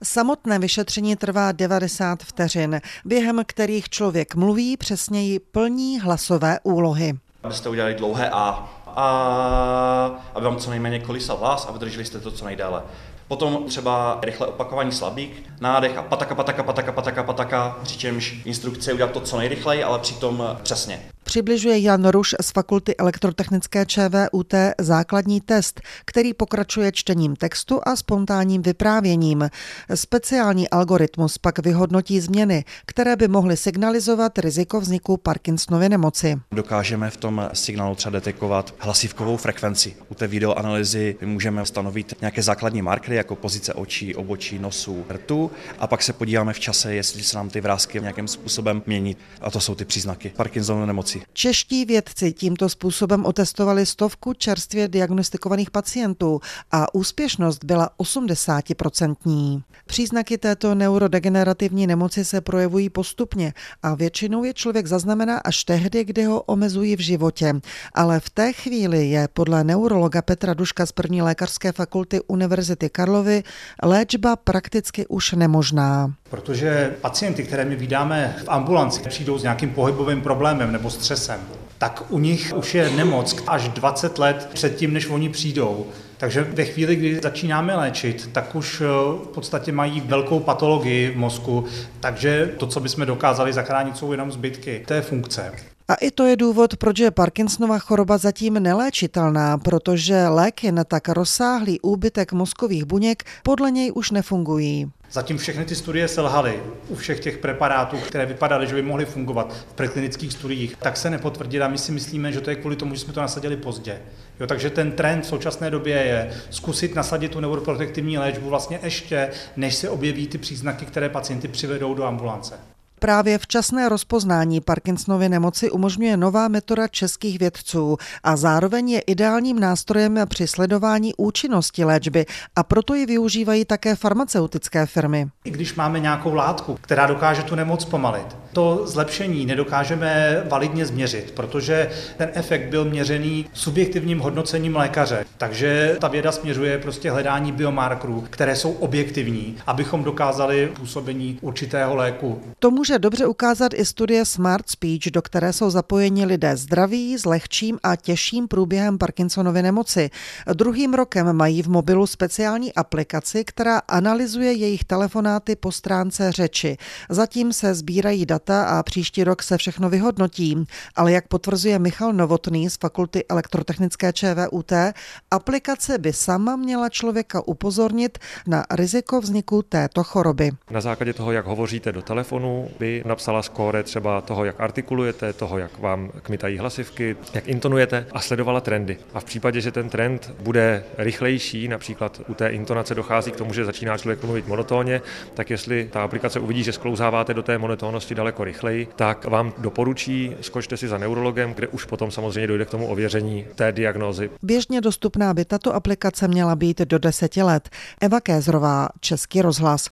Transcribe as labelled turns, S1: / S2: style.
S1: Samotné vyšetření trvá 90 vteřin, během kterých člověk mluví, přesněji plní hlasové úlohy.
S2: Abyste udělali dlouhé aby vám co nejméně kolísal hlas a vydrželi jste to co nejdéle. Potom třeba rychle opakovaný slabík, nádech a pataka, přičemž instrukce je udělat to co nejrychleji, ale přitom přesně.
S1: Přibližuje Jan Ruš z Fakulty elektrotechnické ČVUT základní test, který pokračuje čtením textu a spontánním vyprávěním. Speciální algoritmus pak vyhodnotí změny, které by mohly signalizovat riziko vzniku Parkinsonovy nemoci.
S2: Dokážeme v tom signálu třeba detekovat hlasivkovou frekvenci. U té videoanalýzy můžeme stanovit nějaké základní markery, jako pozice očí, obočí, nosu, rtu, a pak se podíváme v čase, jestli se nám ty vrásky nějakým způsobem mění. A to jsou ty příznaky Parkinsonovy nemoci.
S1: Čeští vědci tímto způsobem otestovali 100 čerstvě diagnostikovaných pacientů a úspěšnost byla 80%. Příznaky této neurodegenerativní nemoci se projevují postupně a většinou je člověk zaznamená až tehdy, kdy ho omezují v životě. Ale v té chvíli je podle neurologa Petra Duška z první lékařské fakulty Univerzity Karlovy léčba prakticky už nemožná.
S3: Protože pacienty, které my vídáme v ambulanci, přijdou s nějakým pohybovým problémem nebo střesem, tak u nich už je nemoc až 20 let předtím, než oni přijdou. Takže ve chvíli, kdy začínáme léčit, tak už v podstatě mají velkou patologii v mozku, takže to, co bychom dokázali zachránit, jsou jenom zbytky té funkce.
S1: A i to je důvod, proč je Parkinsonova choroba zatím neléčitelná, protože léky na tak rozsáhlý úbytek mozkových buněk podle něj už nefungují.
S3: Zatím všechny ty studie selhaly. U všech těch preparátů, které vypadaly, že by mohly fungovat v preklinických studiích, tak se nepotvrdila. My si myslíme, že to je kvůli tomu, že jsme to nasadili pozdě. Takže ten trend v současné době je zkusit nasadit tu neuroprotektivní léčbu vlastně ještě, než se objeví ty příznaky, které pacienty přivedou do ambulance.
S1: Právě včasné rozpoznání Parkinsonovy nemoci umožňuje nová metoda českých vědců a zároveň je ideálním nástrojem při sledování účinnosti léčby a proto ji využívají také farmaceutické firmy.
S3: I když máme nějakou látku, která dokáže tu nemoc pomalit, to zlepšení nedokážeme validně změřit, protože ten efekt byl měřený subjektivním hodnocením lékaře. Takže ta věda směřuje prostě hledání biomarkerů, které jsou objektivní, abychom dokázali působení určitého léku.
S1: To může dobře ukázat i studie Smart Speech, do které jsou zapojeni lidé zdraví, s lehčím a těžším průběhem Parkinsonovy nemoci. Druhým rokem mají v mobilu speciální aplikaci, která analyzuje jejich telefonáty po stránce řeči. Zatím se sbírají data a příští rok se všechno vyhodnotí. Ale jak potvrzuje Michal Novotný z Fakulty elektrotechnické ČVUT, aplikace by sama měla člověka upozornit na riziko vzniku této choroby.
S4: Na základě toho, jak hovoříte do telefonu, by napsala skóre třeba toho, jak artikulujete, toho, jak vám kmitají hlasivky, jak intonujete a sledovala trendy. A v případě, že ten trend bude rychlejší, například u té intonace dochází k tomu, že začíná člověk mluvit monotónně, tak jestli ta aplikace uvidí, že sklouzáváte do té monotónnosti daleko rychleji, tak vám doporučí, skočte si za neurologem, kde už potom samozřejmě dojde k tomu ověření té diagnózy.
S1: Běžně dostupná by tato aplikace měla být do 10 let. Eva Kézrová, Český rozhlas.